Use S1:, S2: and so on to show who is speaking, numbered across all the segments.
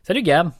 S1: Salut Gab,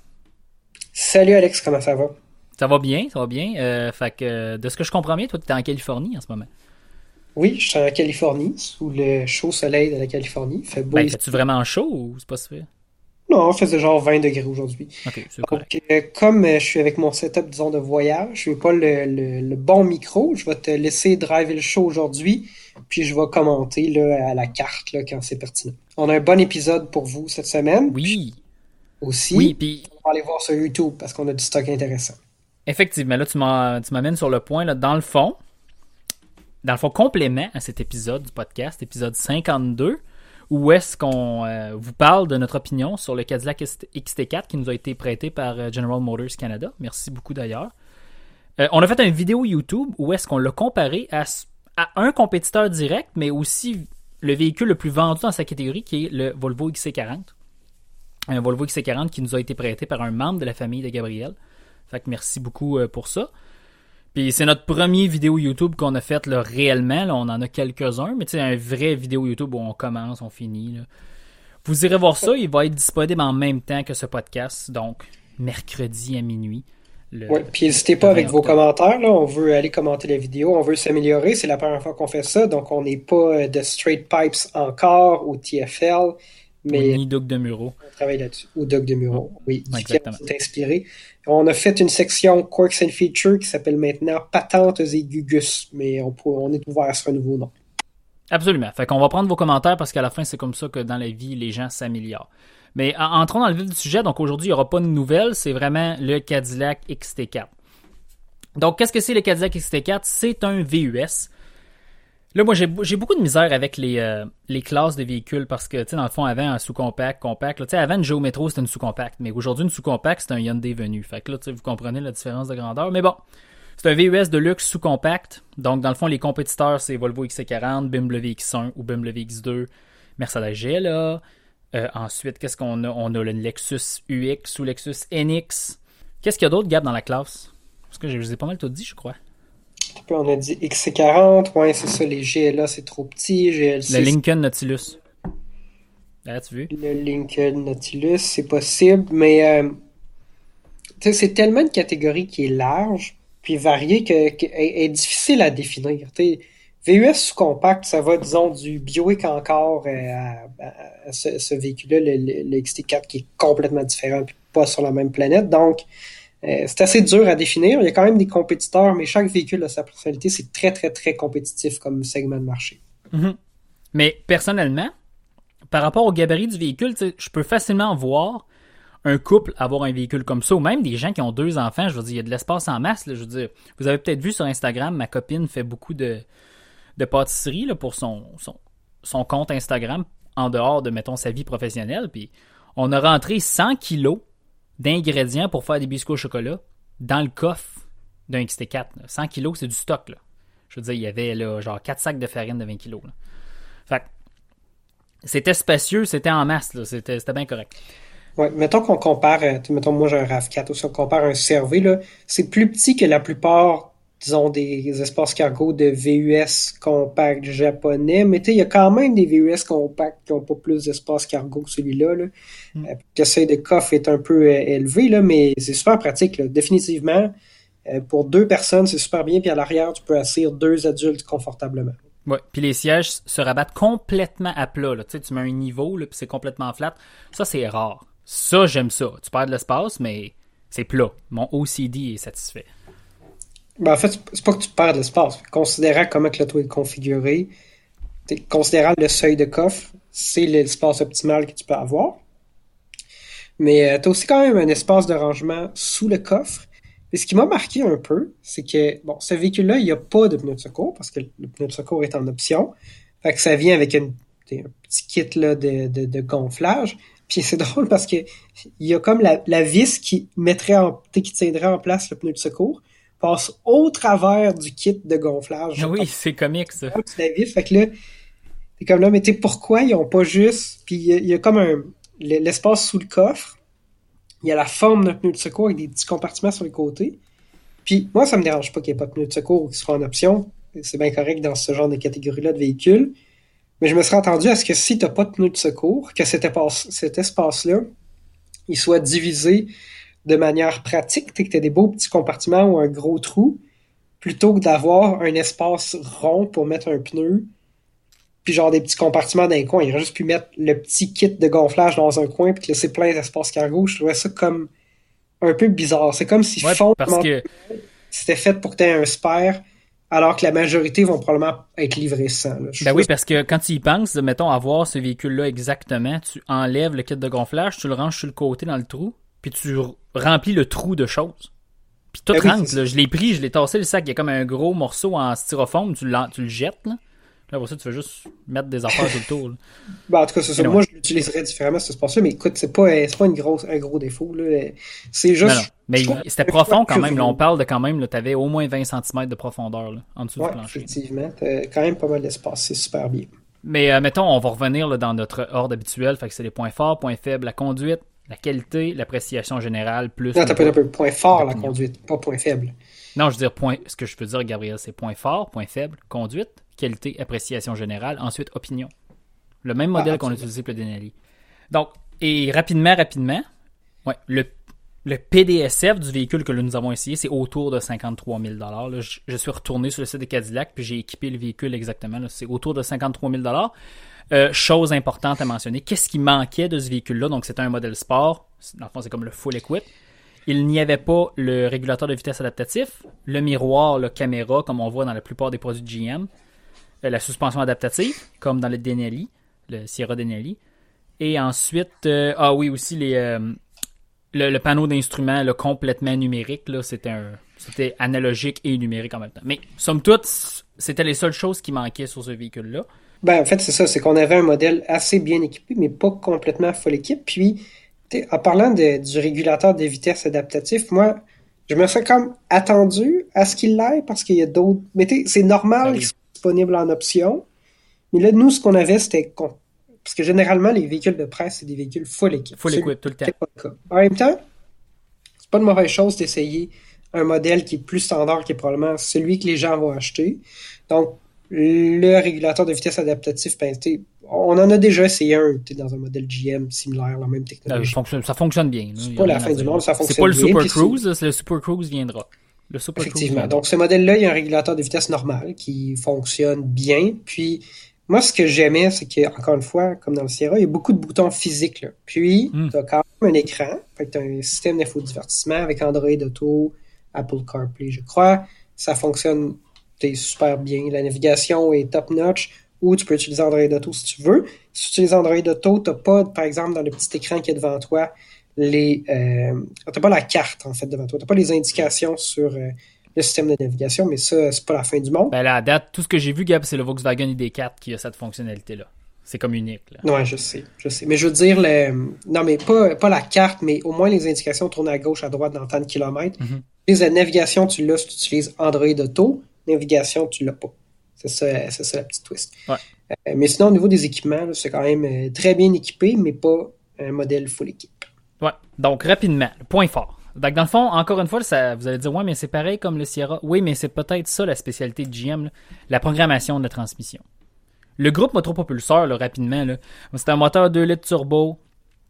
S2: Salut Alex, comment ça va?
S1: ça va bien, ça va bien. Fait que de ce que je comprends bien, toi tu es en Californie en ce moment.
S2: Oui, je suis en Californie, sous le chaud soleil de la Californie. Il fait beau
S1: Ben,
S2: ici.
S1: fais-tu vraiment chaud ou c'est pas si fait?
S2: Non, il faisait genre 20 degrés aujourd'hui.
S1: Ok, c'est
S2: Donc,
S1: correct.
S2: comme je suis avec mon setup, disons, de voyage, je n'ai pas le bon micro. Je vais te laisser driver le show aujourd'hui, puis je vais commenter là, à la carte là, quand c'est pertinent. On a un bon épisode pour vous cette semaine, puis
S1: Oui, oui,
S2: aussi,
S1: puis
S2: on va aller voir sur YouTube parce qu'on a du stock intéressant.
S1: effectivement, là tu m'amènes sur le point, là, dans le fond, complément à cet épisode du podcast, épisode 52, où est-ce qu'on vous parle de notre opinion sur le Cadillac XT4 qui nous a été prêté par General Motors Canada. Merci beaucoup d'ailleurs. On a fait une vidéo YouTube où est-ce qu'on l'a comparé à un compétiteur direct, mais aussi le véhicule le plus vendu dans sa catégorie, qui est le Volvo XC40. Un Volvo XC40 qui nous a été prêté par un membre de la famille de Gabriel. Fait que merci beaucoup pour ça. Puis c'est notre premier vidéo YouTube qu'on a fait là, réellement. Là, on en a quelques-uns, mais tu sais, un vrai vidéo YouTube où on commence, on finit. Là. Vous irez voir ça, il va être disponible en même temps que ce podcast, donc mercredi à minuit.
S2: Ouais, puis n'hésitez
S1: Le
S2: pas
S1: 20
S2: avec vos
S1: octobre.
S2: commentaires, là. On veut aller commenter la vidéo, on veut s'améliorer. C'est la première fois qu'on fait ça, donc on n'est pas de Straight Pipes encore ou TFL,
S1: Ou
S2: mais
S1: ni Doug de Muro.
S2: on travaille là-dessus. Ou Doug de
S1: Ouais,
S2: Muro, oui, duquel on
S1: exactement.
S2: s'est inspiré. On a fait une section Quirks and Features qui s'appelle maintenant Patentes et Gugus, mais on est ouvert sur un nouveau nom.
S1: Absolument. Fait qu'on va prendre vos commentaires parce qu'à la fin, c'est comme ça que dans la vie, les gens s'améliorent. Mais entrons dans le vif du sujet. Donc aujourd'hui, il n'y aura pas de nouvelles. C'est vraiment le Cadillac XT4. Donc, qu'est-ce que c'est le Cadillac XT4? C'est un VUS. Là, moi, j'ai beaucoup de misère avec les classes de véhicules parce que, tu sais, dans le fond, avant, un sous-compact, compact, là, tu sais, avant, une Geo Metro, c'était une sous-compact. Mais aujourd'hui, une sous-compact, c'est un Hyundai Venue. Fait que là, tu sais, vous comprenez la différence de grandeur. Mais bon, c'est un VUS de luxe sous-compact. Donc, dans le fond, les compétiteurs, c'est Volvo XC40, BMW X1 ou BMW X2, Mercedes GLA. Ensuite, qu'est-ce qu'on a? On a le Lexus UX ou Lexus NX. Qu'est-ce qu'il y a d'autre, Gab, dans la classe? Parce que je vous ai pas mal tout dit, je crois.
S2: Puis on a dit XC40, ouais, c'est ça, les GLA, c'est trop petit,
S1: Le
S2: GLC,
S1: Lincoln Nautilus. Là, tu vu?
S2: le Lincoln Nautilus, c'est possible, mais tu sais, c'est tellement une catégorie qui est large, puis variée, est difficile à définir. Tu sais, VUS sous-compact, ça va, disons, du Buick encore à ce véhicule-là, le XT4, qui est complètement différent, puis pas sur la même planète. Donc, c'est assez dur à définir. Il y a quand même des compétiteurs, mais chaque véhicule a sa personnalité. C'est très, très, très compétitif comme segment de marché.
S1: Mhm. Mais personnellement, par rapport au gabarit du véhicule, tu sais, je peux facilement voir un couple avoir un véhicule comme ça, ou même des gens qui ont deux enfants. Je veux dire, il y a de l'espace en masse. Là, je veux dire, vous avez peut-être vu sur Instagram, ma copine fait beaucoup de pâtisserie là, pour son compte Instagram en dehors de, mettons, sa vie professionnelle. Puis on a rentré 100 kilos d'ingrédients pour faire des biscuits au chocolat dans le coffre d'un XT4. Là. 100 kilos, c'est du stock. Là. Je veux dire, il y avait là, genre 4 sacs de farine de 20 kilos. Là. Fait que c'était spacieux, c'était en masse. Là. C'était bien correct.
S2: Ouais, mettons qu'on compare, mettons moi j'ai un RAV4 aussi, on compare un CR-V, là, c'est plus petit que la plupart, disons, des espaces cargo de VUS compact japonais, mais tu sais, il y a quand même des VUS compacts qui ont pas plus d'espace cargo que celui-là, là.
S1: Mm.
S2: Le seuil de coffre est un peu élevé, là, mais c'est super pratique, là. Définitivement. Pour deux personnes, c'est super bien, puis à l'arrière, tu peux asseoir deux adultes confortablement.
S1: Ouais. Puis les sièges se rabattent complètement à plat. Là. Tu sais, tu mets un niveau, là, puis c'est complètement flat. Ça, c'est rare. Ça, j'aime ça. Tu perds de l'espace, mais c'est plat. Mon OCD est satisfait.
S2: Ben, en fait, c'est pas que tu perds de l'espace. Considérant comment que l'auto est configuré, considérant le seuil de coffre, c'est l'espace optimal que tu peux avoir. Mais tu as aussi quand même un espace de rangement sous le coffre. Et ce qui m'a marqué un peu, c'est que bon, ce véhicule-là, il n'y a pas de pneu de secours parce que le pneu de secours est en option. Fait que ça vient avec un petit kit là, de gonflage. Puis c'est drôle parce que il y a comme la vis qui tiendrait en place le pneu de secours passe au travers du kit de gonflage.
S1: Oui, c'est comique, ça.
S2: La vis, fait que là, c'est comme là, mais tu sais, pourquoi ils ont pas juste. Puis il y a comme l'espace sous le coffre. Il y a la forme d'un pneu de secours avec des petits compartiments sur les côtés. Puis moi, ça me dérange pas qu'il n'y ait pas de pneu de secours qui soit en option. C'est bien correct dans ce genre de catégorie-là de véhicules. Mais je me serais attendu à ce que si tu n'as pas de pneu de secours, que cet espace-là il soit divisé de manière pratique, que tu as des beaux petits compartiments ou un gros trou, plutôt que d'avoir un espace rond pour mettre un pneu, puis genre des petits compartiments dans les coins. Il aurait juste pu mettre le petit kit de gonflage dans un coin puis te laisser plein d'espace cargo. Je trouvais ça comme un peu bizarre. C'est comme si c'était fait pour que tu aies un spare, alors que la majorité vont probablement être livrés sans. Là.
S1: Ben oui, parce que quand tu y penses, mettons, avoir ce véhicule-là exactement, tu enlèves le kit de gonflage, tu le ranges sur le côté dans le trou, puis tu remplis le trou de choses. Puis tout rentre, là. Je l'ai pris, je l'ai tassé le sac, il y a comme un gros morceau en styrofoam, tu le jettes, là. Là, pour ça, tu fais juste mettre des affaires tout le tour. Là.
S2: Ben, en tout cas, c'est ça. Moi, je l'utiliserais différemment, cet espace-là, mais écoute, c'est pas un gros défaut. Là. C'est juste.
S1: Non. Mais c'était profond quand même. Là, on parle de quand même, tu avais au moins 20 cm de profondeur là, en dessous du plancher.
S2: Effectivement. T'as quand même pas mal d'espace. C'est super bien.
S1: Mais mettons, on va revenir là, dans notre ordre habituel. Fait que c'est les points forts, points faibles, la conduite, la qualité, l'appréciation générale, plus.
S2: Non, t'as pas un peu point fort, la conduite, pas point faible.
S1: Non, je veux dire, ce que je veux dire, Gabriel, c'est point fort, point faible, conduite, qualité, appréciation générale, ensuite opinion. Le même modèle qu'on a utilisé pour le Denali. Donc, et rapidement, ouais, le PDSF du véhicule que nous avons essayé, c'est autour de 53 000 $. Là, je suis retourné sur le site de Cadillac, puis j'ai équipé le véhicule exactement. Là, c'est autour de 53 000 $. Chose importante à mentionner, qu'est-ce qui manquait de ce véhicule-là? Donc, c'était un modèle sport. Dans le fond, c'est comme le full equip. Il n'y avait pas le régulateur de vitesse adaptatif, le miroir, le caméra, comme on voit dans la plupart des produits de GM, la suspension adaptative, comme dans le Denali, le Sierra Denali. Et ensuite, aussi, le panneau d'instruments complètement numérique, là, c'était analogique et numérique en même temps. Mais, somme toute, c'était les seules choses qui manquaient sur ce véhicule-là.
S2: Ben, en fait, c'est ça, c'est qu'on avait un modèle assez bien équipé, mais pas complètement full équipe. Puis, en parlant du régulateur de vitesse adaptatif, moi, je me serais comme attendu à ce qu'il l'aille parce qu'il y a d'autres. Mais c'est normal qu'il soit disponible en option. Mais là, nous, ce qu'on avait, c'était. Parce que généralement, les véhicules de presse, c'est des véhicules full équipe.
S1: Full équipe, tout le temps.
S2: En même temps, c'est pas une mauvaise chose d'essayer un modèle qui est plus standard, qui est probablement celui que les gens vont acheter. Donc, le régulateur de vitesse adaptatif, on en a déjà essayé un dans un modèle GM similaire, la même technologie.
S1: Ça fonctionne bien.
S2: C'est pas la fin du monde, ça fonctionne bien.
S1: C'est pas le Super Cruise, le Super Cruise viendra.
S2: Effectivement. Donc, ce modèle-là, il y a un régulateur de vitesse normal qui fonctionne bien. Puis, moi, ce que j'aimais, c'est que, encore une fois, comme dans le Sierra, il y a beaucoup de boutons physiques. Là. Puis, tu as quand même un écran. Fait que tu as un système d'infodivertissement avec Android Auto, Apple CarPlay, je crois. Ça fonctionne super bien. La navigation est top-notch. Ou tu peux utiliser Android Auto si tu veux. Si tu utilises Android Auto, tu n'as pas, par exemple, dans le petit écran qui est devant toi, t'as pas la carte, en fait, devant toi. Tu n'as pas les indications sur le système de navigation, mais ça, c'est pas la fin du monde.
S1: Ben là, à date, tout ce que j'ai vu, Gab, c'est le Volkswagen ID4 qui a cette fonctionnalité-là. C'est comme unique. Là.
S2: Ouais, je sais. Mais je veux dire, non, mais pas la carte, mais au moins les indications tournent à gauche, à droite dans tant de kilomètres. Mm-hmm. La navigation, tu l'as si tu utilises Android Auto. Navigation, tu l'as pas. C'est ça la petite twist.
S1: Ouais.
S2: Mais sinon, au niveau des équipements, là, c'est quand même très bien équipé, mais pas un modèle full équipe.
S1: Ouais. Donc, rapidement, le point fort. Donc, dans le fond, encore une fois, vous allez dire, ouais, mais c'est pareil comme le Sierra. Oui, mais c'est peut-être ça la spécialité de GM, là, la programmation de la transmission. Le groupe motopropulseur, là, rapidement, là, c'est un moteur 2 litres turbo,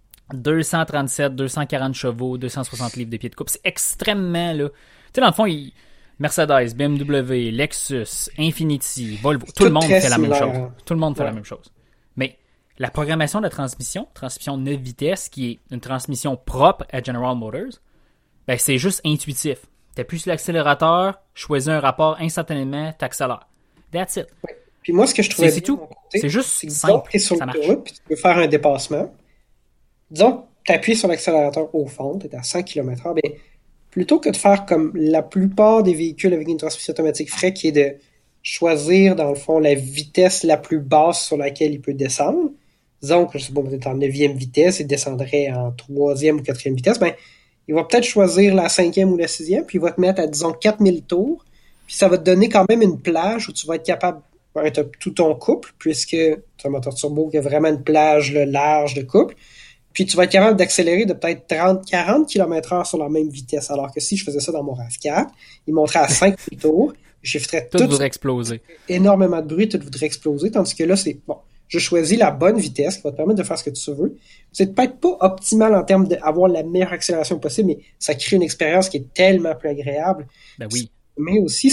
S1: 237, 240 chevaux, 260 livres de pied de coupe. C'est extrêmement, là. Tu sais, dans le fond, Mercedes, BMW, Lexus, Infiniti, Volvo, tout le monde fait la même chose. Tout le monde fait la même chose. Mais la programmation de la transmission 9 vitesses, qui est une transmission propre à General Motors, ben c'est juste intuitif. Tu appuies sur l'accélérateur, choisis un rapport instantanément, t'accélères. That's it.
S2: Oui. Puis moi, ce que je trouvais
S1: c'est tout. C'est juste
S2: simple. Tu es sur l'autoroute, puis tu peux faire un dépassement. Disons que tu appuies sur l'accélérateur au fond, tu es à 100 km/h, ben plutôt que de faire comme la plupart des véhicules avec une transmission automatique frais, qui est de choisir, dans le fond, la vitesse la plus basse sur laquelle il peut descendre. Disons que, je sais pas, peut-être en 9e vitesse, il descendrait en 3e ou 4e vitesse, ben, il va peut-être choisir la 5e ou la 6e, puis il va te mettre à, disons, 4000 tours, puis ça va te donner quand même une plage où tu vas être capable, tu as tout ton couple, puisque tu as un moteur turbo qui a vraiment une plage large de couple, puis tu vas être capable d'accélérer de peut-être 30-40 km/h sur la même vitesse, alors que si je faisais ça dans mon RAV4, il monterait à 5000 tours, j'effectuerais
S1: tout voudrait exploser.
S2: Énormément de bruit, tout voudrait exploser, tandis que là, c'est bon. Je choisis la bonne vitesse qui va te permettre de faire ce que tu veux. C'est peut-être pas optimal en termes d'avoir la meilleure accélération possible, mais ça crée une expérience qui est tellement plus agréable.
S1: Ben oui.
S2: Mais aussi,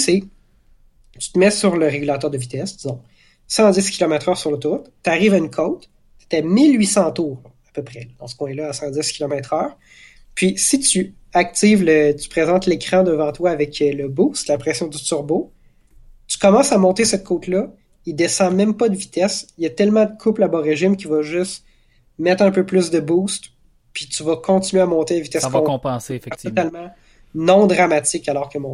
S2: tu te mets sur le régulateur de vitesse, disons, 110 km/h sur l'autoroute, tu arrives à une côte, tu es à 1800 tours, à peu près, dans ce coin-là, à 110 km/h. Puis, si tu actives tu présentes l'écran devant toi avec le boost, la pression du turbo, tu commences à monter cette côte-là, il descend même pas de vitesse, il y a tellement de couple à bas régime qu'il va juste mettre un peu plus de boost, puis tu vas continuer à monter à vitesse.
S1: Ça va compenser, effectivement.
S2: Totalement non dramatique, alors que mon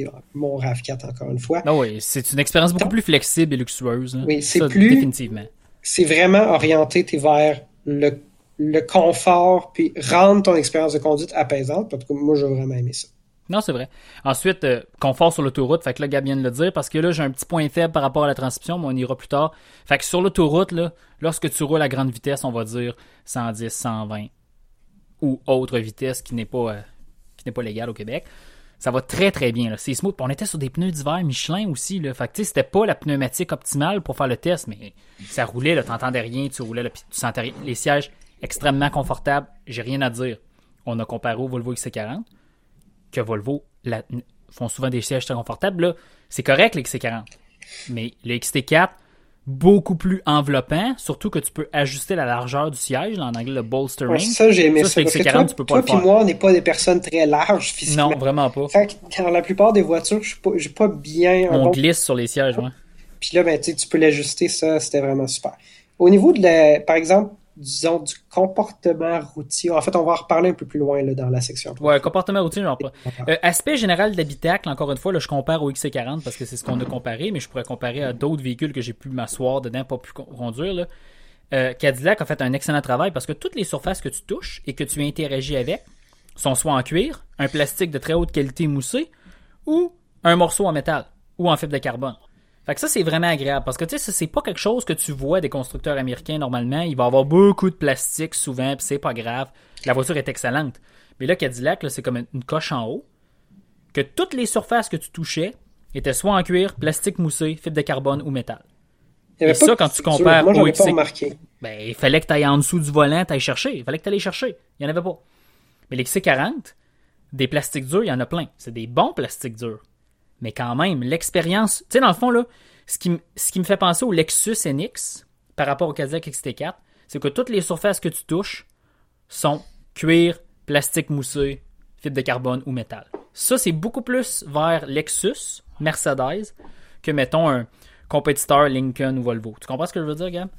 S2: RAV4, encore une fois.
S1: Ah oui, c'est une expérience beaucoup plus flexible et luxueuse. Hein.
S2: Oui,
S1: définitivement.
S2: C'est vraiment orienté vers le confort, puis rendre ton expérience de conduite apaisante. En tout cas, moi, j'ai vraiment aimé ça.
S1: Non, c'est vrai. Ensuite, confort sur l'autoroute. Fait que là, Gab vient de le dire, parce que là, j'ai un petit point faible par rapport à la transmission, mais on ira plus tard. Fait que sur l'autoroute, là, lorsque tu roules à grande vitesse, on va dire 110, 120 ou autre vitesse qui n'est pas légale au Québec, ça va très très bien. Là. C'est smooth. Puis on était sur des pneus d'hiver Michelin aussi. Là. Fait que tu sais, c'était pas la pneumatique optimale pour faire le test, mais ça roulait, là, t'entendais rien, tu roulais, là, puis tu sentais rien. Les sièges extrêmement confortables, j'ai rien à dire. On a comparé au Volvo XC40, que Volvo font souvent des sièges très confortables. Là, c'est correct, les XC40. Mais le XT4, beaucoup plus enveloppant, surtout que tu peux ajuster la largeur du siège, là, en anglais le bolstering.
S2: Ouais, ça, j'ai aimé ça.
S1: Le XC40, tu peux pas le faire.
S2: Toi et moi, on n'est pas des personnes très larges physiquement.
S1: Non, vraiment pas.
S2: Fait que dans la plupart des voitures, j'ai pas bien...
S1: On glisse sur les sièges, ouais.
S2: Puis là, tu peux l'ajuster, ça, c'était vraiment super. Au niveau par exemple, disons, du comportement routier. En fait, on va en reparler un peu plus loin là, dans la section.
S1: Ouais, comportement routier, genre pas. Aspect général d'habitacle, encore une fois, là, je compare au XC40 parce que c'est ce qu'on a comparé, mais je pourrais comparer à d'autres véhicules que j'ai pu m'asseoir dedans, pas pu conduire. Là. Cadillac a fait un excellent travail parce que toutes les surfaces que tu touches et que tu interagis avec sont soit en cuir, un plastique de très haute qualité moussé ou un morceau en métal ou en fibre de carbone. Fait que ça, c'est vraiment agréable parce que tu sais, c'est pas quelque chose que tu vois des constructeurs américains normalement. Il va y avoir beaucoup de plastique souvent, puis c'est pas grave. La voiture est excellente. Mais là, Cadillac, là, c'est comme une coche en haut. Que toutes les surfaces que tu touchais étaient soit en cuir, plastique moussé, fibre de carbone ou métal. Et ça, quand tu compares
S2: au
S1: XC... Ben, il fallait que tu ailles en dessous du volant, tu ailles chercher. Il fallait que tu ailles chercher. Il n'y en avait pas. Mais les XC40, des plastiques durs, il y en a plein. C'est des bons plastiques durs. Mais quand même, l'expérience... Tu sais, dans le fond, là, ce qui me fait penser au Lexus NX par rapport au Cadillac XT4, c'est que toutes les surfaces que tu touches sont cuir, plastique moussé, fibre de carbone ou métal. Ça, c'est beaucoup plus vers Lexus, Mercedes, que, mettons, un compétiteur Lincoln ou Volvo. Tu comprends ce que je veux dire, Gab?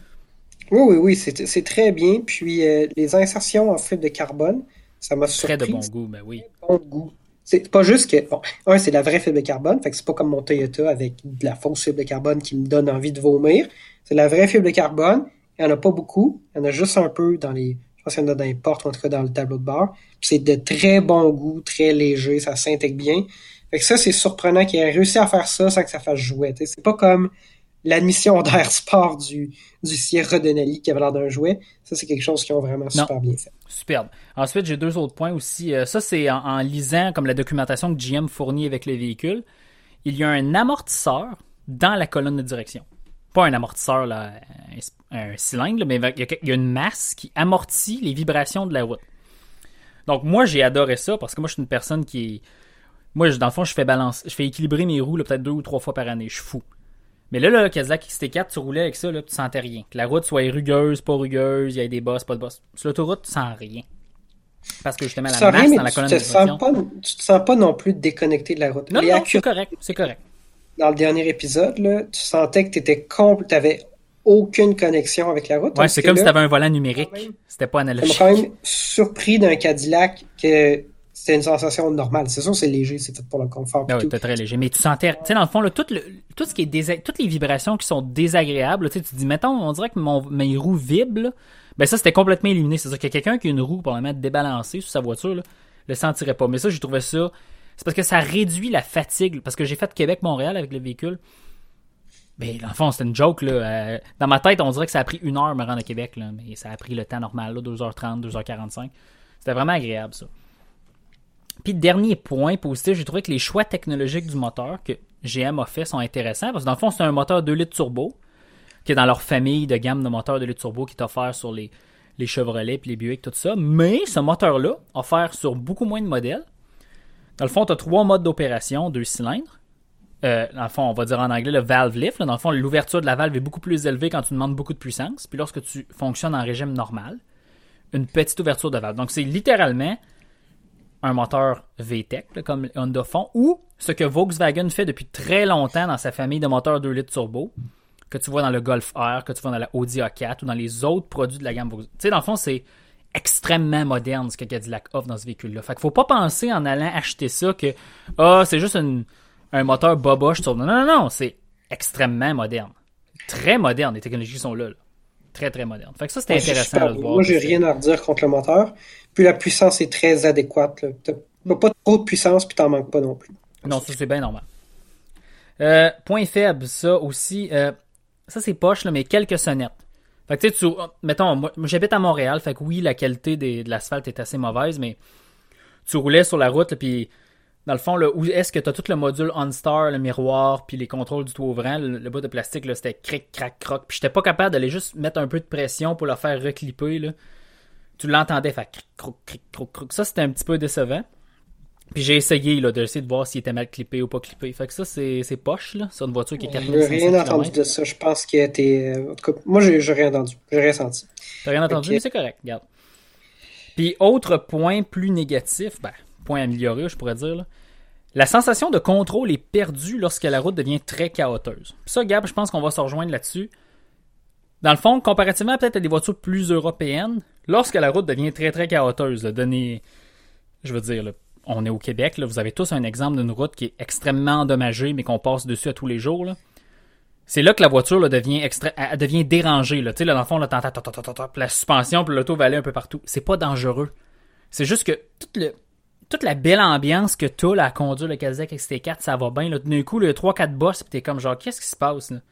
S2: Oui, c'est très bien. Puis, les insertions en fibre de carbone, ça m'a surpris.
S1: Très de bon goût, ben oui.
S2: Bon goût. C'est pas juste que, c'est la vraie fibre de carbone, fait que c'est pas comme mon Toyota avec de la fausse fibre de carbone qui me donne envie de vomir. C'est la vraie fibre de carbone. Il y en a pas beaucoup. Il y en a juste un peu je pense qu'il y en a dans les portes, ou en tout cas dans le tableau de bord. Puis c'est de très bon goût, très léger, ça s'intègre bien. Fait que ça, c'est surprenant qu'il ait réussi à faire ça sans que ça fasse jouet. T'sais. C'est pas comme l'admission d'air sport du Sierra Denali qui avait l'air d'un jouet. Ça, c'est quelque chose qu'ils ont vraiment super bien fait.
S1: Superbe. Ensuite, j'ai 2 autres points aussi. Ça, c'est en lisant comme la documentation que GM fournit avec le véhicule. Il y a un amortisseur dans la colonne de direction. Pas un amortisseur, là, un cylindre, là, mais il y a une masse qui amortit les vibrations de la route. Donc, moi, j'ai adoré ça parce que moi, je suis une personne qui est... Moi, dans le fond, je fais équilibrer mes roues là, peut-être 2 ou 3 fois par année. Je suis fou. Mais là, Cadillac XT4, tu roulais avec ça, là, tu sentais rien. Que la route soit rugueuse, pas rugueuse, il y ait des bosses, pas de bosses. Sur l'autoroute, tu sens rien. Parce que justement, la masse dans la colonne de direction...
S2: Tu te sens pas non plus déconnecté de la route.
S1: Non, c'est correct.
S2: Dans le dernier épisode, là, tu sentais que t'avais aucune connexion avec la route.
S1: Ouais, c'est comme si t'avais un volant numérique. C'était pas analogique.
S2: Ça m'a quand même surpris d'un Cadillac que... C'était une sensation normale. C'est sûr, c'est léger, c'est fait pour le confort.
S1: Ah oui, c'était très léger. Mais tu sentais, tu sais, dans le fond, là, tout ce qui est toutes les vibrations qui sont désagréables, tu te dis, mettons, on dirait que mes roues vibrent, là. Ben ça, c'était complètement éliminé. C'est-à-dire que quelqu'un qui a une roue, probablement débalancée sur sa voiture, là, le sentirait pas. Mais ça, j'ai trouvé ça, c'est parce que ça réduit la fatigue. Parce que j'ai fait Québec-Montréal avec le véhicule. Ben, dans le fond, c'était une joke, là. Dans ma tête, on dirait que ça a pris 1 heure me rendre à Québec, là. Mais ça a pris le temps normal, là, 2h30, 2h45. C'était vraiment agréable, ça. Puis, dernier point positif, j'ai trouvé que les choix technologiques du moteur que GM a fait sont intéressants parce que dans le fond, c'est un moteur 2 litres turbo. qui est dans leur famille de gamme de moteurs de litre turbo qui est offert sur les Chevrolet puis les Buick, tout ça. Mais ce moteur-là, offert sur beaucoup moins de modèles. Dans le fond, tu as 3 modes d'opération, 2 cylindres. Dans le fond, on va dire en anglais le valve lift. Là. Dans le fond, l'ouverture de la valve est beaucoup plus élevée quand tu demandes beaucoup de puissance. Puis lorsque tu fonctionnes en régime normal, une petite ouverture de valve. Donc, c'est littéralement un moteur VTEC, là, comme Honda font, ou ce que Volkswagen fait depuis très longtemps dans sa famille de moteurs 2 litres turbo, que tu vois dans le Golf R, que tu vois dans la Audi A4 ou dans les autres produits de la gamme Volkswagen. Tu sais, dans le fond, c'est extrêmement moderne ce que Cadillac offre dans ce véhicule-là. Fait qu'il faut pas penser en allant acheter ça que c'est juste un moteur boboche sur... Non, c'est extrêmement moderne. Très moderne, les technologies sont là. Très, très moderne. Fait que ça, c'était intéressant de le voir.
S2: Moi, j'ai rien à redire contre le moteur. Puis la puissance est très adéquate. T'as pas trop de puissance, puis t'en manques pas non plus.
S1: Non, ça, c'est bien normal. Point faible, ça aussi. Ça, c'est poche, là, mais quelques sonnettes. Fait que tu sais, mettons, moi, j'habite à Montréal, fait que oui, la qualité de l'asphalte est assez mauvaise, mais tu roulais sur la route, puis dans le fond, là, où est-ce que tu as tout le module OnStar, le miroir, puis les contrôles du toit ouvrant, le bout de plastique, là, c'était cric, crac, croc. Puis j'étais pas capable d'aller juste mettre un peu de pression pour le faire reclipper. Là. Tu l'entendais faire cric, croc, cric, croc, croc. Ça, c'était un petit peu décevant. Puis j'ai essayé là, d'essayer de voir s'il était mal clippé ou pas clippé. Fait que ça, c'est poche, là, sur une voiture qui est 4500
S2: km. J'ai rien entendu de ça. Je pense qu'il était... En tout cas, moi, j'ai rien entendu. J'ai rien senti.
S1: T'as rien entendu, mais c'est correct. Regarde. Puis autre point plus négatif, point amélioré, je pourrais dire, là. La sensation de contrôle est perdue lorsque la route devient très chaoteuse. Puis ça, Gab, je pense qu'on va se rejoindre là-dessus. Dans le fond, comparativement peut-être à des voitures plus européennes, lorsque la route devient très, très chaoteuse, là, je veux dire, là, on est au Québec, là, vous avez tous un exemple d'une route qui est extrêmement endommagée, mais qu'on passe dessus à tous les jours. Là. C'est là que la voiture là, elle devient dérangée. Là. Tu sais, là, dans le fond, là, t'entends la suspension, puis l'auto va aller un peu partout. C'est pas dangereux. C'est juste que toute la belle ambiance que t'as là, à conduire le Cadillac XT4, ça va bien. Là. D'un coup, le 3-4 bosses, pis t'es comme genre, qu'est-ce qui se passe? Là?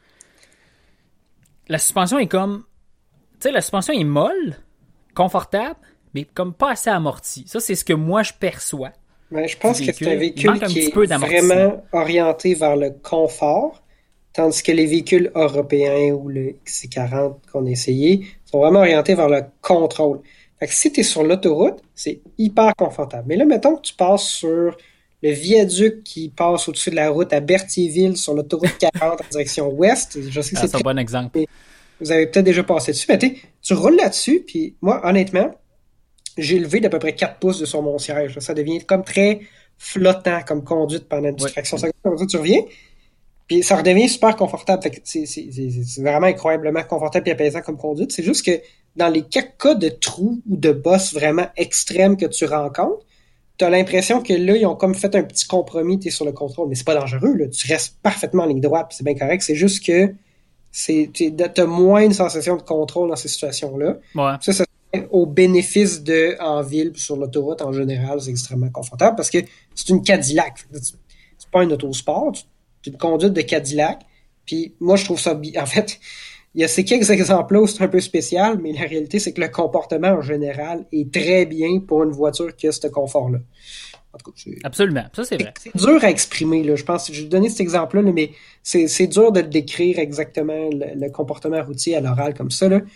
S1: La suspension est comme... Tu sais, la suspension est molle, confortable, mais comme pas assez amortie. Ça, c'est ce que moi, je perçois.
S2: Mais je pense que c'est un véhicule qui est vraiment orienté vers le confort, tandis que les véhicules européens ou le XC40 qu'on a essayé sont vraiment orientés vers le contrôle. Fait que si tu es sur l'autoroute, c'est hyper confortable. Mais là, mettons que tu passes sur le viaduc qui passe au-dessus de la route à Berthierville sur l'autoroute 40 en direction ouest. Je sais que c'est
S1: un bon exemple.
S2: Vous avez peut-être déjà passé dessus, mais tu roules là-dessus, puis moi, honnêtement, j'ai levé d'à peu près 4 pouces sur mon siège. Ça devient comme très flottant comme conduite pendant une fraction de seconde. Comme ça, tu reviens, puis ça redevient super confortable. Fait que c'est vraiment incroyablement confortable et apaisant comme conduite. C'est juste que dans les quelques cas de trous ou de bosses vraiment extrêmes que tu rencontres, tu as l'impression que là, ils ont comme fait un petit compromis, tu es sur le contrôle, mais c'est pas dangereux, là. Tu restes parfaitement en ligne droite, c'est bien correct. C'est juste que t'as moins une sensation de contrôle dans ces situations-là.
S1: Ouais.
S2: Ça au bénéfice de en ville sur l'autoroute en général, c'est extrêmement confortable parce que c'est une Cadillac. C'est pas un autosport, c'est une conduite de Cadillac. Puis moi, je trouve ça en fait, il y a ces quelques exemples-là où c'est un peu spécial, mais la réalité, c'est que le comportement en général est très bien pour une voiture qui a ce confort-là. En tout cas,
S1: absolument, ça c'est vrai.
S2: C'est dur à exprimer, là. Je pense que je vais donner cet exemple-là, là, mais c'est dur de décrire exactement le comportement routier à l'oral comme ça, là.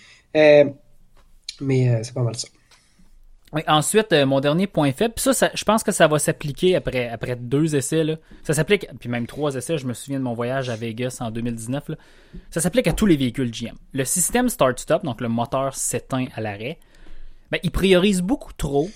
S2: Mais c'est pas mal ça.
S1: Oui, ensuite, mon dernier point faible, puis ça, je pense que ça va s'appliquer après 2 essais. Là. Ça s'applique, puis même 3 essais, je me souviens de mon voyage à Vegas en 2019. Là. Ça s'applique à tous les véhicules GM. Le système start-stop, donc le moteur s'éteint à l'arrêt, il priorise beaucoup trop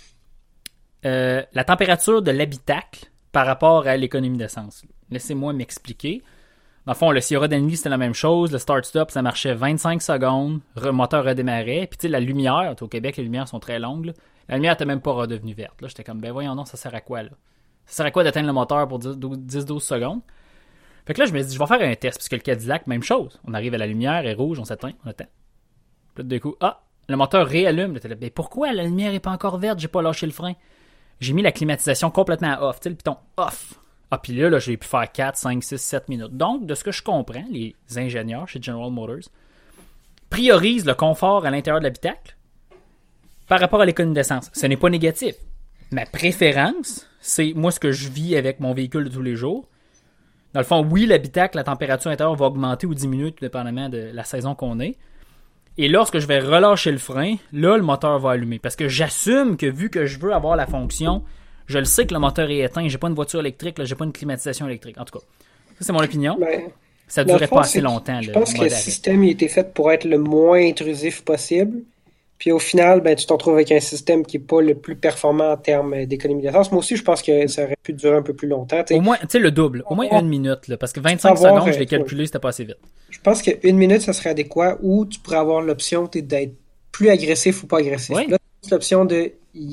S1: la température de l'habitacle par rapport à l'économie d'essence. Laissez-moi m'expliquer. Dans le fond, le Sierra Denali, c'était la même chose. Le start-stop, ça marchait 25 secondes. Le moteur redémarrait. Puis, tu sais, la lumière, au Québec, les lumières sont très longues. Là. La lumière n'était même pas redevenue verte. Là, j'étais comme, voyons, non, ça sert à quoi, là? Ça sert à quoi d'éteindre le moteur pour 10-12 secondes? Fait que là, je me dis, je vais faire un test. Parce que le Cadillac, même chose. On arrive à la lumière, elle est rouge, on s'éteint, on attend. Puis, d'un coup, le moteur réallume. Là, mais pourquoi la lumière n'est pas encore verte? J'ai pas lâché le frein. J'ai mis la climatisation complètement à off. Tu sais, le piton off. Puis là, j'ai pu faire 4, 5, 6, 7 minutes. Donc, de ce que je comprends, les ingénieurs chez General Motors priorisent le confort à l'intérieur de l'habitacle par rapport à l'économie d'essence. Ce n'est pas négatif. Ma préférence, c'est moi ce que je vis avec mon véhicule de tous les jours. Dans le fond, oui, l'habitacle, la température intérieure va augmenter ou diminuer, tout dépendamment de la saison qu'on est. Et lorsque je vais relâcher le frein, là, le moteur va allumer. Parce que j'assume que vu que je veux avoir la fonction, je le sais que le moteur est éteint. J'ai pas une voiture électrique, là, j'ai pas une climatisation électrique. En tout cas, ça, c'est mon opinion. Ça ne durait pas assez longtemps.
S2: Je pense que le système il a été fait pour être le moins intrusif possible. Puis au final, tu t'en trouves avec un système qui n'est pas le plus performant en termes d'économie d'essence. Moi aussi, je pense que ça aurait pu durer un peu plus longtemps.
S1: Au moins, tu sais, le double. Au moins 1 minute. Là, parce que 25 secondes, je l'ai calculé, c'était pas assez vite.
S2: Je pense que 1 minute, ça serait adéquat. Ou tu pourrais avoir l'option d'être plus agressif ou pas agressif.
S1: Oui.
S2: Là, c'est l'option de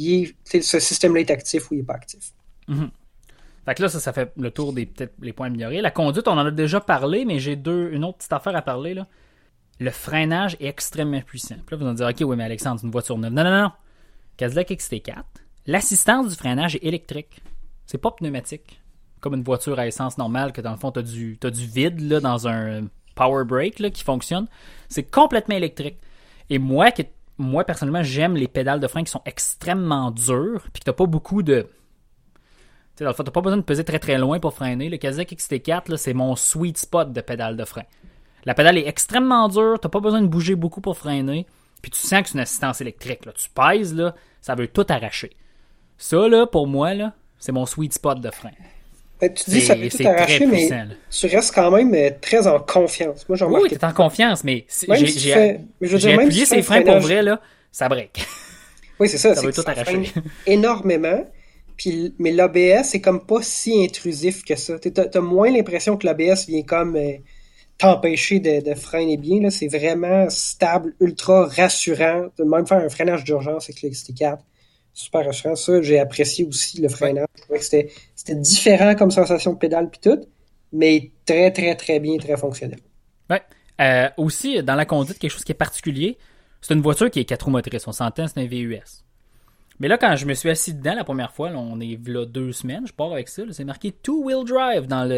S2: ce système-là est actif ou il n'est pas actif.
S1: Mm-hmm. Fait que là, ça fait le tour des peut-être les points améliorés. La conduite, on en a déjà parlé, mais j'ai une autre petite affaire à parler, là. Le freinage est extrêmement puissant. Puis là, vous allez dire, OK, oui, mais Alexandre, c'est une voiture neuve. Non. Cadillac XT4, l'assistance du freinage est électrique. C'est pas pneumatique. Comme une voiture à essence normale, que dans le fond, t'as du vide là, dans un power brake là, qui fonctionne. C'est complètement électrique. Et moi, personnellement, j'aime les pédales de frein qui sont extrêmement dures, puis que t'as pas beaucoup de... Tu sais, dans le fond, t'as pas besoin de peser très très loin pour freiner. Le Cadillac XT4, là, c'est mon sweet spot de pédale de frein. La pédale est extrêmement dure, t'as pas besoin de bouger beaucoup pour freiner, puis tu sens que c'est une assistance électrique. Là. Tu pèses, là, ça veut tout arracher. Ça, là, pour moi, là, c'est mon sweet spot de frein.
S2: Tu dis que ça veut tout arracher, mais puissant, tu restes quand même très en confiance. Moi,
S1: oui, t'es en confiance, mais j'ai appuyé ces freins pour vrai, là, ça break.
S2: Oui, c'est ça.
S1: Ça veut tout arracher.
S2: Énormément. Mais l'ABS, c'est comme pas si intrusif que ça. T'as moins l'impression que l'ABS vient comme... t'empêcher de freiner bien. Là. C'est vraiment stable, ultra rassurant. De même faire un freinage d'urgence avec le XT4. Super rassurant. Ça, j'ai apprécié aussi le freinage. Je trouvais que c'était différent comme sensation de pédale puis tout, mais très, très, très bien, très fonctionnel.
S1: Ouais. Aussi, dans la conduite, quelque chose qui est particulier, c'est une voiture qui est 4 roues motrices. On s'entend, c'est un VUS. Mais là, quand je me suis assis dedans la première fois, là, on est là 2 semaines, je pars avec ça, là, c'est marqué two-wheel drive dans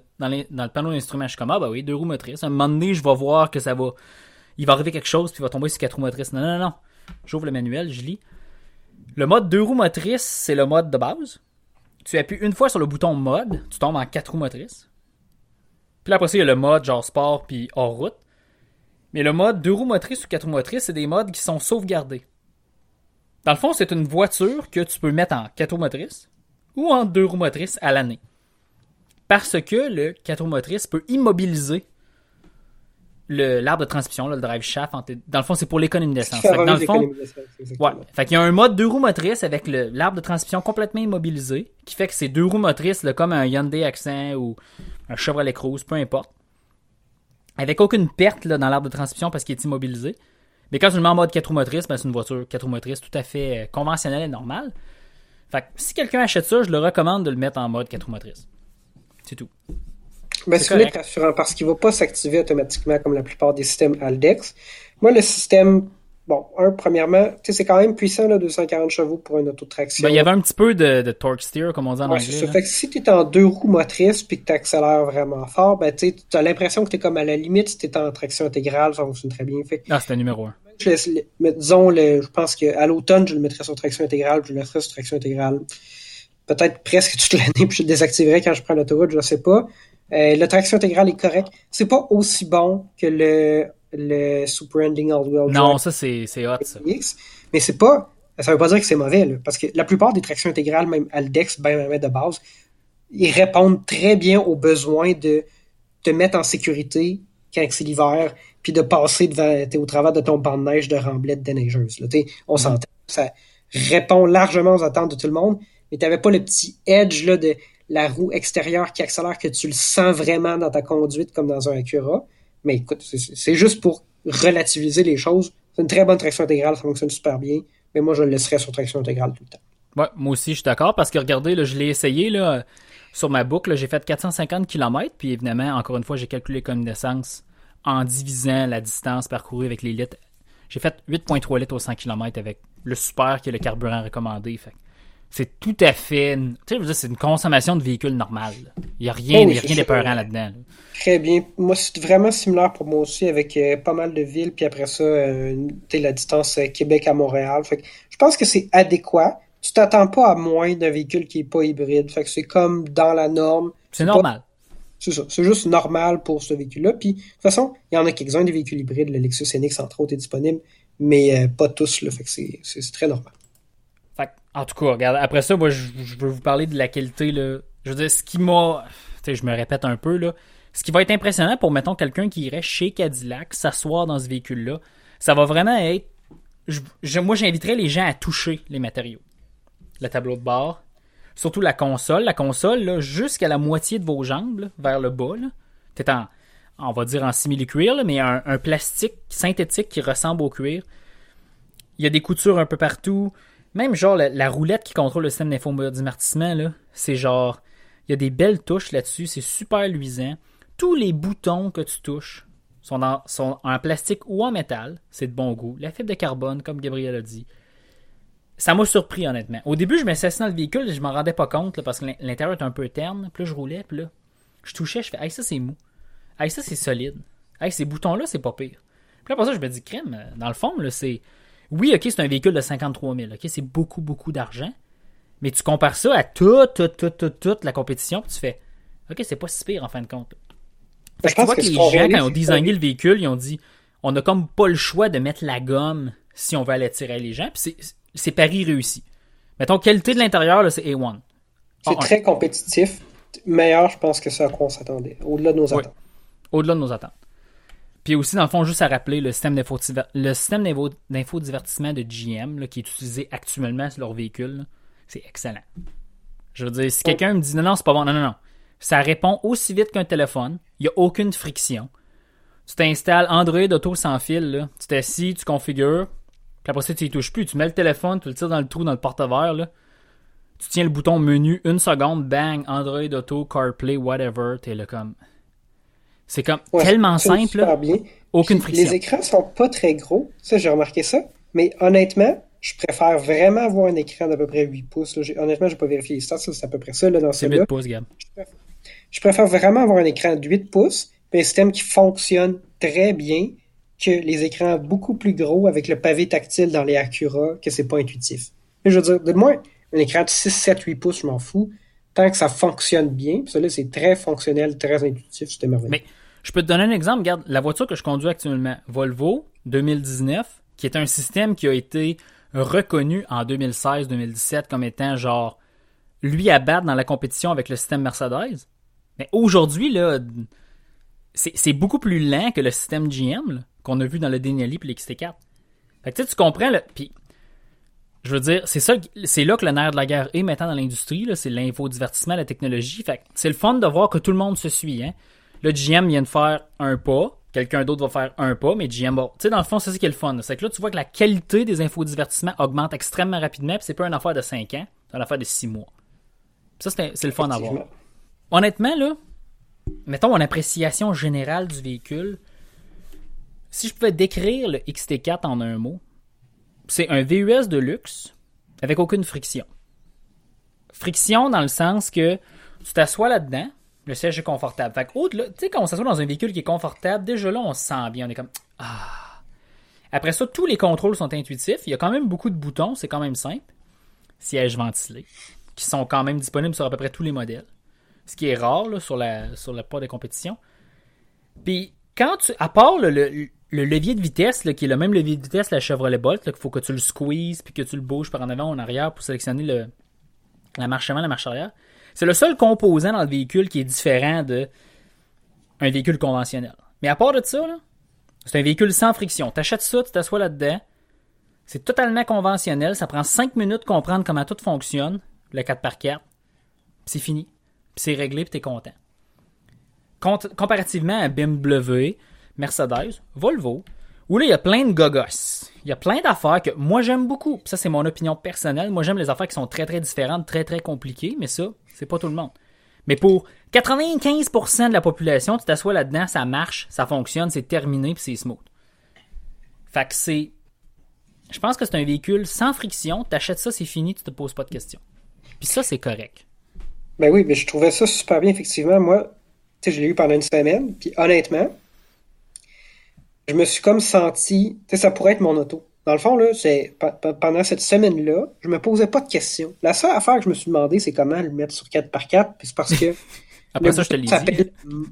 S1: le panneau d'instruments. Je suis comme, ah bah oui, 2 roues motrices. À un moment donné, je vais voir que il va arriver quelque chose, puis il va tomber sur 4 roues motrices. Non. J'ouvre le manuel, je lis. Le mode 2 roues motrices, c'est le mode de base. Tu appuies une fois sur le bouton mode, tu tombes en 4 roues motrices. Puis là, après ça, il y a le mode genre sport puis hors route. Mais le mode 2 roues motrices ou 4 roues motrices, c'est des modes qui sont sauvegardés. Dans le fond, c'est une voiture que tu peux mettre en 4 roues motrices ou en 2 roues motrices à l'année. Parce que le 4 roues motrices peut immobiliser l'arbre de transmission, là, le drive shaft. Dans le fond, c'est pour l'économie d'essence. Dans le fond, ouais. Fait qu'il y a un mode 2 roues motrices avec l'arbre de transmission complètement immobilisé, qui fait que c'est 2 roues motrices, là, comme un Hyundai Accent ou un Chevrolet Cruze, peu importe. Avec aucune perte là, dans l'arbre de transmission parce qu'il est immobilisé. Mais quand tu le mets en mode 4 roues motrices, c'est une voiture 4 roues motrices tout à fait conventionnelle et normale. Fait que si quelqu'un achète ça, je le recommande de le mettre en mode 4 roues motrices. C'est tout.
S2: C'est rassurant parce qu'il ne va pas s'activer automatiquement comme la plupart des systèmes Haldex. Moi, le système, premièrement, c'est quand même puissant, là, 240 chevaux pour une autotraction.
S1: Il y avait un petit peu de torque steer, comme on dit en anglais.
S2: Ça fait que si tu es en 2 roues motrices puis que tu accélères vraiment fort, tu as l'impression que tu es comme à la limite si tu es en traction intégrale, ça fonctionne très bien.
S1: C'était numéro 1.
S2: Je pense qu'à l'automne, je le mettrais sur traction intégrale, puis je le laisserais sur traction intégrale. Peut-être presque toute l'année, puis je le désactiverais quand je prends l'autoroute, je ne sais pas. La traction intégrale est correcte. C'est pas aussi bon que le Super Ending All-Wheel Drive.
S1: Non, ça c'est hot, ça.
S2: Mais c'est pas... Ça veut pas dire que c'est mauvais, là, parce que la plupart des tractions intégrales, même Haldex, même de base, ils répondent très bien aux besoins de te mettre en sécurité quand c'est l'hiver, puis de passer au travers de ton banc de neige de remblette déneigeuse. Là, on s'entend. Ça répond largement aux attentes de tout le monde, mais tu n'avais pas le petit edge là, de la roue extérieure qui accélère, que tu le sens vraiment dans ta conduite comme dans un Acura. Mais écoute, c'est juste pour relativiser les choses. C'est une très bonne traction intégrale, ça fonctionne super bien, mais moi je le laisserais sur traction intégrale tout le temps.
S1: Ouais, moi aussi je suis d'accord, parce que regardez, là, je l'ai essayé là, sur ma boucle, là, j'ai fait 450 km, puis évidemment, encore une fois, j'ai calculé comme d'essence en divisant la distance parcourue avec les litres. J'ai fait 8,3 litres au 100 km avec le super qui est le carburant recommandé. Fait. C'est tout à fait... Tu sais, c'est une consommation de véhicule normal. Il n'y a rien d'épeurant là-dedans. Là.
S2: Très bien. Moi, c'est vraiment similaire pour moi aussi avec pas mal de villes. Puis après ça, la distance Québec à Montréal. Fait que je pense que c'est adéquat. Tu t'attends pas à moins d'un véhicule qui n'est pas hybride. Fait que c'est comme dans la norme.
S1: C'est normal.
S2: C'est ça. C'est juste normal pour ce véhicule-là. Puis, de toute façon, il y en a quelques-uns des véhicules hybrides. Le Lexus NX, entre autres, est disponible, mais pas tous. Là, fait que c'est très normal.
S1: Fait en tout cas, regarde, après ça, moi, je veux vous parler de la qualité, là. Je veux dire, ce qui m'a... Tu sais, je me répète un peu, là. Ce qui va être impressionnant pour, mettons, quelqu'un qui irait chez Cadillac, s'asseoir dans ce véhicule-là, ça va vraiment être... moi, j'inviterais les gens à toucher les matériaux. Le tableau de bord, surtout la console. La console, là, jusqu'à la moitié de vos jambes, là, vers le bas, là, peut-être on va dire en simili-cuir, là, mais un plastique synthétique qui ressemble au cuir. Il y a des coutures un peu partout. Même genre la roulette qui contrôle le système d'infodimortissement, là, c'est genre... Il y a des belles touches là-dessus, c'est super luisant. Tous les boutons que tu touches sont en plastique ou en métal. C'est de bon goût. La fibre de carbone, comme Gabriel a dit. Ça m'a surpris, honnêtement. Au début, je m'asseyais dans le véhicule et je m'en rendais pas compte là, parce que l'intérieur est un peu terne. Puis là, je roulais, puis là, je touchais, je fais « Hey, ça, c'est mou. Hey, ça, c'est solide. Hey, ces boutons-là, c'est pas pire. » Puis là, pour ça, je me dis « Crème, dans le fond, là, c'est... Oui, OK, c'est un véhicule de 53 000. OK, c'est beaucoup, beaucoup d'argent. Mais tu compares ça à toute la compétition, puis tu fais « OK, c'est pas si pire, en fin de compte. » Fait que tu vois que les gens, quand ils ont designé le véhicule, ils ont dit « On a comme pas le choix de mettre la gomme si on veut aller attirer les gens. » Puis c'est pari réussi. Mettons, qualité de l'intérieur, là, c'est A1.
S2: C'est très compétitif. Meilleur, je pense, que ce à quoi on s'attendait. Au-delà de nos attentes.
S1: Oui, au-delà de nos attentes. Puis aussi, dans le fond, juste à rappeler, le système d'infodivertissement de GM, là, qui est utilisé actuellement sur leur véhicule, là, c'est excellent. Je veux dire, si quelqu'un me dit non, c'est pas bon, non. Ça répond aussi vite qu'un téléphone. Il n'y a aucune friction. Tu t'installes Android Auto sans fil, là. Tu t'assis, tu configures. Puis après ça, tu y touches plus. Tu mets le téléphone, tu le tires dans le trou, dans le porte-verre, là. Tu tiens le bouton menu, 1 seconde, bang, Android Auto, CarPlay, whatever. T'es là comme... C'est comme tellement simple, là.
S2: Bien.
S1: Aucune friction.
S2: Les écrans sont pas très gros. Ça, j'ai remarqué ça. Mais honnêtement, je préfère vraiment avoir un écran d'à peu près 8 pouces. Là. Honnêtement, j'ai pas vérifié les stats. C'est à peu près ça, là, dans
S1: c'est
S2: celui-là.
S1: 8 pouces, Gab.
S2: Je préfère vraiment avoir un écran de 8 pouces et un système qui fonctionne très bien que les écrans beaucoup plus gros avec le pavé tactile dans les Acura, que c'est pas intuitif. Mais je veux dire, donne-moi un écran de 6, 7, 8 pouces, je m'en fous. Tant que ça fonctionne bien, puis ça là, c'est très fonctionnel, très intuitif, c'était merveilleux.
S1: Mais je peux te donner un exemple. Regarde, la voiture que je conduis actuellement, Volvo 2019, qui est un système qui a été reconnu en 2016-2017 comme étant genre lui à battre dans la compétition avec le système Mercedes. Mais aujourd'hui, là, c'est beaucoup plus lent que le système GM là, qu'on a vu dans le Denali et l'XT4. Fait que tu comprends, là, puis je veux dire, c'est là que le nerf de la guerre est maintenant dans l'industrie, là, c'est l'infodivertissement, la technologie. Fait que c'est le fun de voir que tout le monde se suit, hein. Là, GM vient de faire un pas, quelqu'un d'autre va faire un pas, mais GM va... Tu sais, dans le fond, c'est ça qui est le fun. C'est que là, tu vois que la qualité des infodivertissements augmente extrêmement rapidement, puis c'est pas une affaire de 5 ans, c'est une affaire de 6 mois. Puis ça, c'est le fun à voir. Honnêtement, là, mettons mon appréciation générale du véhicule, si je pouvais décrire le XT4 en un mot, c'est un VUS de luxe avec aucune friction. Friction dans le sens que tu t'assois là-dedans, le siège est confortable. Fait que, tu sais, quand on s'assoit dans un véhicule qui est confortable, déjà là, on se sent bien. On est comme, ah. Après ça, tous les contrôles sont intuitifs. Il y a quand même beaucoup de boutons, c'est quand même simple. Sièges ventilés, qui sont quand même disponibles sur à peu près tous les modèles. Ce qui est rare là, sur le pas de compétition. Puis, à part le levier de vitesse, là, qui est le même levier de vitesse la Chevrolet Bolt, qu'il faut que tu le squeezes puis que tu le bouges par en avant ou en arrière pour sélectionner la marche avant, la marche arrière. C'est le seul composant dans le véhicule qui est différent d'un véhicule conventionnel. Mais à part de ça, là, c'est un véhicule sans friction. Tu achètes ça, tu t'assois là-dedans. C'est totalement conventionnel. Ça prend 5 minutes de comprendre comment tout fonctionne, le 4x4. Puis c'est fini. Puis c'est réglé, puis t'es content. Comparativement à BMW, Mercedes, Volvo, où là, il y a plein de gogos. Il y a plein d'affaires que moi, j'aime beaucoup. Puis ça, c'est mon opinion personnelle. Moi, j'aime les affaires qui sont très, très différentes, très, très compliquées, mais ça, c'est pas tout le monde. Mais pour 95% de la population, tu t'assois là-dedans, ça marche, ça fonctionne, c'est terminé, puis c'est smooth. Fait que c'est... Je pense que c'est un véhicule sans friction. T'achètes ça, c'est fini, tu te poses pas de questions. Puis ça, c'est correct.
S2: Ben oui, mais je trouvais ça super bien, effectivement. Moi, tu sais, je l'ai eu pendant une semaine, puis honnêtement, je me suis comme senti... Tu sais, ça pourrait être mon auto. Dans le fond, là, c'est pendant cette semaine-là, je me posais pas de questions. La seule affaire que je me suis demandé, c'est comment le mettre sur 4x4, puis c'est parce que
S1: Après ça, je te l'ai dit.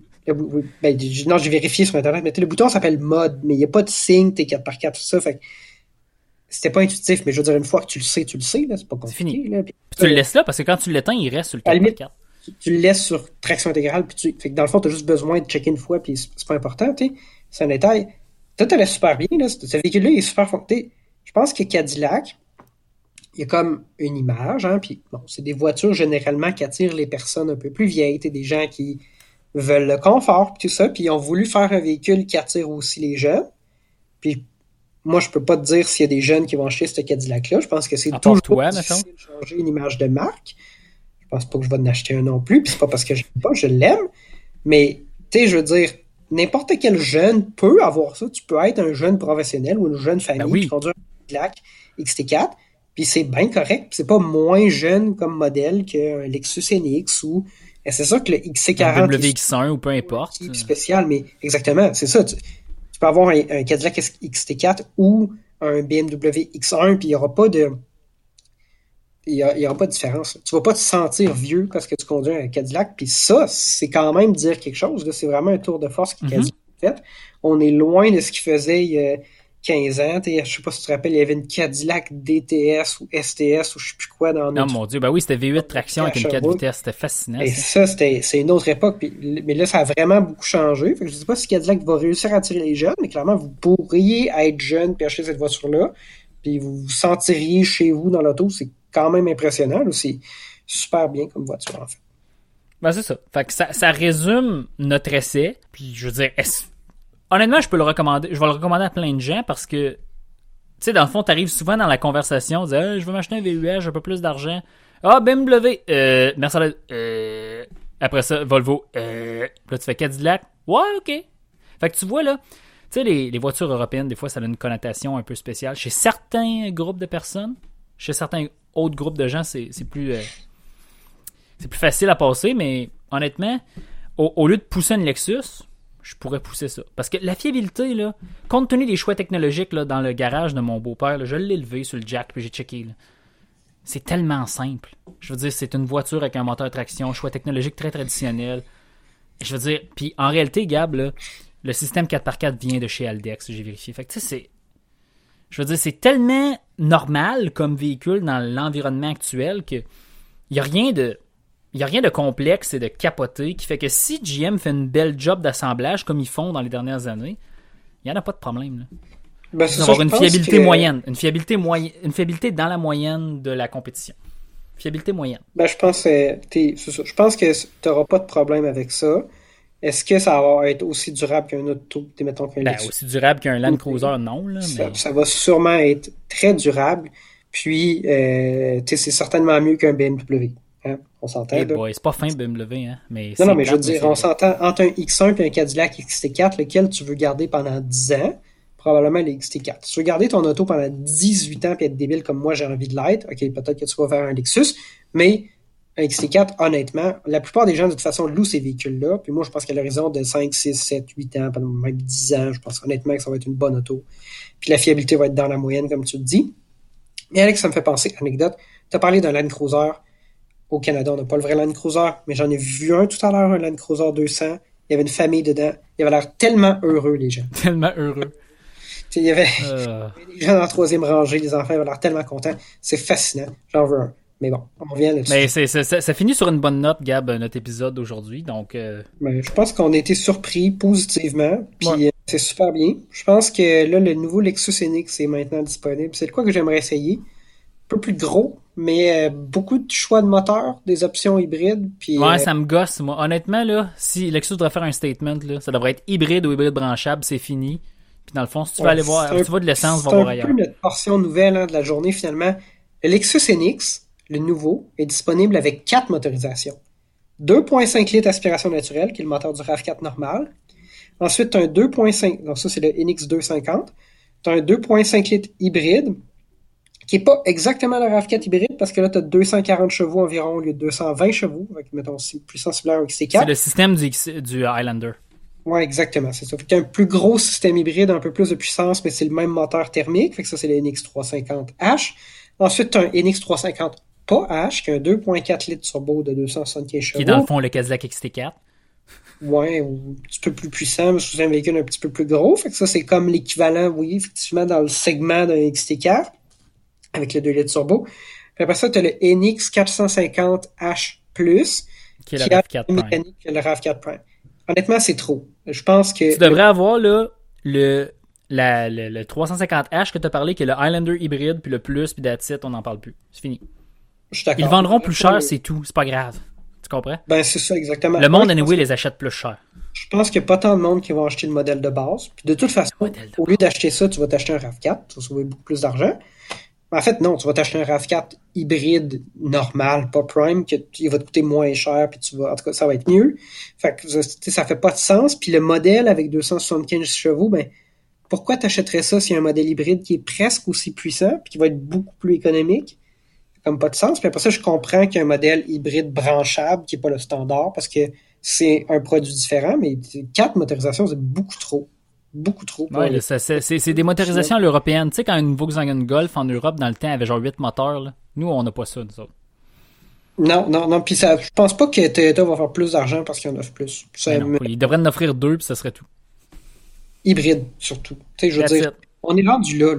S2: Non, j'ai vérifié sur Internet, mais le bouton s'appelle mode, mais il n'y a pas de signe, t'es 4x4, tout ça, fait que c'était pas intuitif, mais je veux dire, une fois que tu le sais, là, c'est pas compliqué.
S1: C'est fini.
S2: Là,
S1: puis tu le laisses là, parce que quand tu l'éteins, il reste sur le 4x4.
S2: Tu le laisses sur traction intégrale, puis fait que dans le fond, t'as juste besoin de checker une fois, puis c'est pas important, tu sais. C'est un détail. Toi, t'allais super bien, là. Ce véhicule-là, il est super fonctionnel. Je pense que Cadillac, il y a comme une image, hein, puis bon, c'est des voitures généralement qui attirent les personnes un peu plus vieilles, des gens qui veulent le confort, puis tout ça, puis ils ont voulu faire un véhicule qui attire aussi les jeunes. Puis moi, je peux pas te dire s'il y a des jeunes qui vont acheter ce Cadillac-là. Je pense que c'est toujours difficile de changer une image de marque. Je pense pas que je vais en acheter un non plus, puis c'est pas parce que j'aime pas, je l'aime. Mais, tu sais, je veux dire, n'importe quel jeune peut avoir ça. Tu peux être un jeune professionnel ou une jeune famille qui conduit un Cadillac XT4, puis c'est bien correct. Puis c'est pas moins jeune comme modèle qu'un Lexus NX ou... Et c'est ça que le XC40...
S1: Le WX1 ou peu importe.
S2: C'est spécial, mais exactement, c'est ça. Tu peux avoir un Cadillac XT4 ou un BMW X1, puis il n'y aura pas de... Il y aura pas de différence. Tu vas pas te sentir vieux parce que tu conduis un Cadillac, puis ça, c'est quand même dire quelque chose. Là. C'est vraiment un tour de force que Cadillac a fait. On est loin de ce qu'il faisait il y a 15 ans. Je sais pas si tu te rappelles, il y avait une Cadillac DTS ou STS ou je sais plus quoi dans
S1: notre... Non, mon Dieu, ben oui, c'était V8 traction avec une 4 vitesses. C'était fascinant.
S2: Et ça, c'est une autre époque. Mais là, ça a vraiment beaucoup changé. Fait que je sais pas si Cadillac va réussir à attirer les jeunes, mais clairement, vous pourriez être jeune et acheter cette voiture-là, puis vous vous sentiriez chez vous dans l'auto. C'est quand même impressionnant. Là. C'est super bien comme voiture, en fait.
S1: Ben, c'est ça. Fait que ça résume notre essai. Puis, je veux dire, honnêtement, je peux le recommander. Je vais le recommander à plein de gens parce que, tu sais, dans le fond, t'arrives souvent dans la conversation, tu dis, je veux m'acheter un VUS, j'ai un peu plus d'argent. Ah, BMW, Mercedes, après ça, Volvo, là, tu fais Cadillac. Ouais, ok. Fait que tu vois, là, tu sais, les voitures européennes, des fois, ça a une connotation un peu spéciale. Chez certains groupes de personnes, chez certains autres groupes de gens, c'est plus facile à passer, mais honnêtement, au lieu de pousser une Lexus, je pourrais pousser ça. Parce que la fiabilité, là, compte tenu des choix technologiques là, dans le garage de mon beau-père, là, je l'ai levé sur le jack puis j'ai checké. Là. C'est tellement simple. Je veux dire, c'est une voiture avec un moteur traction, choix technologique très traditionnel. Je veux dire, puis en réalité, Gab, là, le système 4x4 vient de chez Haldex, j'ai vérifié. Fait que tu sais, je veux dire, c'est tellement normal comme véhicule dans l'environnement actuel que il n'y a rien de complexe et de capoté qui fait que si GM fait une belle job d'assemblage comme ils font dans les dernières années, il n'y en a pas de problème. Là.
S2: Ben,
S1: c'est avoir une fiabilité moyenne. Une fiabilité dans la moyenne de la compétition. Fiabilité moyenne.
S2: Ben, je pense que tu n'auras pas de problème avec ça. Est-ce que ça va être aussi durable qu'un auto, mettons qu'un
S1: Lexus? Aussi durable qu'un Land Cruiser, non. Là, mais...
S2: ça va sûrement être très durable. Puis, c'est certainement mieux qu'un BMW. Hein? On s'entend.
S1: Hey boy, c'est pas fin BMW, hein? Mais
S2: non, mais je veux dire, on s'entend entre un X1 et un Cadillac XT4, lequel tu veux garder pendant 10 ans, probablement le XT4. Si tu veux garder ton auto pendant 18 ans et être débile comme moi, j'ai envie de l'être, ok, peut-être que tu vas faire un Lexus, mais un XT4, honnêtement, la plupart des gens, de toute façon, louent ces véhicules-là, puis moi, je pense qu'à l'horizon de 5, 6, 7, 8 ans, même 10 ans, je pense honnêtement que ça va être une bonne auto. Puis la fiabilité va être dans la moyenne, comme tu le dis. Et Alex, ça me fait penser, anecdote, tu as parlé d'un Land Cruiser. Au Canada, on n'a pas le vrai Land Cruiser, mais j'en ai vu un tout à l'heure, un Land Cruiser 200. Il y avait une famille dedans. Il avait l'air tellement heureux, les gens.
S1: Tellement heureux.
S2: Il y avait des gens dans la troisième rangée, les enfants avaient l'air tellement contents. C'est fascinant. J'en veux un. Mais bon, on revient là-dessus.
S1: Mais ça finit sur une bonne note, Gab, notre épisode d'aujourd'hui. Donc,
S2: ben, je pense qu'on a été surpris positivement. Puis c'est super bien. Je pense que là, le nouveau Lexus NX est maintenant disponible. C'est quoi que j'aimerais essayer. Un peu plus gros, mais beaucoup de choix de moteur, des options hybrides. Puis,
S1: ouais, ça me gosse, moi. Honnêtement, là, si Lexus devrait faire un statement, là, ça devrait être hybride ou hybride branchable, c'est fini. Puis dans le fond, si tu veux aller voir, si tu veux de l'essence, va voir ailleurs.
S2: C'est un peu notre portion nouvelle de la journée, finalement. Le Lexus NX, le nouveau, est disponible avec 4 motorisations. 2.5 litres aspiration naturelle, qui est le moteur du RAV4 normal. Ensuite, tu as un 2.5, donc ça c'est le NX 250. Tu as un 2.5 litres hybride, qui n'est pas exactement le RAV4 hybride, parce que là, tu as 240 chevaux environ au lieu de 220 chevaux, avec, mettons, puissance similaire au XT4.
S1: C'est le système du Highlander.
S2: Ouais, exactement, c'est ça. Fait qu'il y a un plus gros système hybride, un peu plus de puissance, mais c'est le même moteur thermique, fait que ça, c'est le NX 350H. Ensuite, tu as un NX 350 pas H, qui a un 2.4 litres turbo de 275 chevaux.
S1: Qui est dans le fond le Cadillac XT4.
S2: Ouais, ou un petit peu plus puissant, mais c'est un véhicule un petit peu plus gros. Fait que ça, c'est comme l'équivalent, oui, effectivement, dans le segment d'un XT4, avec le 2 litres turbo. Puis après ça, tu as le NX 450H+,
S1: Qui est le
S2: qui a
S1: RAV4
S2: la
S1: Prime.
S2: mécanique que le RAV4 Prime. Honnêtement, c'est trop. Je pense que...
S1: Tu devrais avoir là, le 350H que tu as parlé, qui est le Highlander hybride, puis le Plus, puis that's it, on n'en parle plus. C'est fini.
S2: Je suis d'accord.
S1: Ils le vendront plus cher, c'est tout. C'est pas grave. Tu comprends?
S2: Ben, c'est ça, exactement.
S1: Le monde,
S2: Ouais,
S1: anyway, les achète plus cher.
S2: je pense qu'il n'y a pas tant de monde qui va acheter le modèle de base. Puis de toute façon, au lieu d'acheter ça, tu vas t'acheter un RAV4. Tu vas sauver beaucoup plus d'argent. En fait, non, tu vas t'acheter un RAV4 hybride normal, pas Prime, il va te coûter moins cher, puis en tout cas, ça va être mieux. Fait que ça fait pas de sens. Puis le modèle avec 275 chevaux, ben, pourquoi t'achèterais ça s'il y a un modèle hybride qui est presque aussi puissant, puis qui va être beaucoup plus économique? Comme pas de sens. Puis après ça, je comprends qu'il y a un modèle hybride branchable qui est pas le standard, parce que c'est un produit différent, mais 4 motorisations, c'est beaucoup trop. Beaucoup trop.
S1: Ouais, c'est des motorisations à l'européenne. Tu sais, quand une Volkswagen Golf en Europe, dans le temps, avait genre 8 moteurs, là. Nous, on n'a pas ça, nous autres.
S2: Non. Puis je pense pas que Toyota va faire plus d'argent parce qu'il y en offre plus.
S1: Ils devraient en offrir 2, puis ça serait tout.
S2: Hybride, surtout. Tu sais, je veux dire, on est rendu là.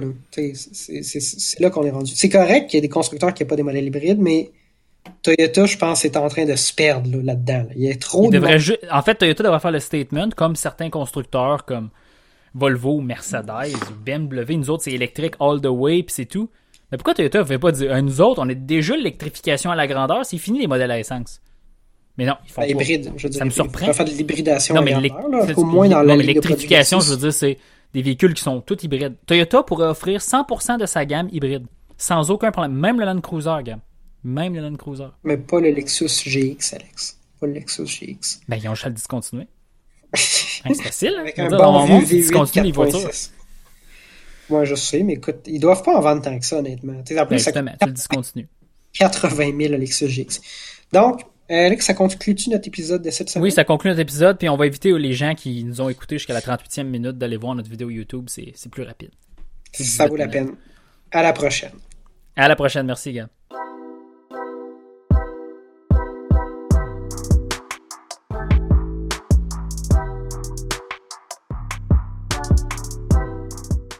S2: C'est là qu'on est rendu. C'est correct qu'il y ait des constructeurs qui n'aient pas des modèles hybrides, mais Toyota, je pense, est en train de se perdre là-dedans. Il y a trop
S1: En fait, Toyota devrait faire le statement, comme certains constructeurs, comme Volvo, Mercedes, BMW, nous autres, c'est électrique all the way, puis c'est tout. Mais pourquoi Toyota ne fait pas dire, nous autres, on est déjà l'électrification à la grandeur, c'est fini les modèles à essence. Mais non, ils font pas.
S2: Hybride, je veux dire,
S1: ça me surprend.
S2: Ils vont faire de l'hybridation
S1: non,
S2: à grandeur, là, au moins dans la
S1: l'électrification, je veux dire, c'est des véhicules qui sont tous hybrides. Toyota pourrait offrir 100% de sa gamme hybride, sans aucun problème. Même le Land Cruiser, gamme. Même le Land Cruiser.
S2: Mais pas le Lexus GX, Alex. Pas le Lexus GX.
S1: Ben, ils ont juste à le discontinuer. C'est facile.
S2: Avec un bon vieux V8
S1: 4.6.
S2: Moi, je sais, mais écoute, ils doivent pas en vendre tant que ça, honnêtement. En plus,
S1: justement, tu le discontinues.
S2: 80 000 Lexus GX. Donc, Alex, ça conclut-tu notre épisode de cette semaine?
S1: Oui, ça conclut notre épisode, puis on va éviter les gens qui nous ont écoutés jusqu'à la 38e minute d'aller voir notre vidéo YouTube. C'est plus rapide.
S2: Ça vaut la peine. À la prochaine.
S1: À la prochaine. Merci, gars.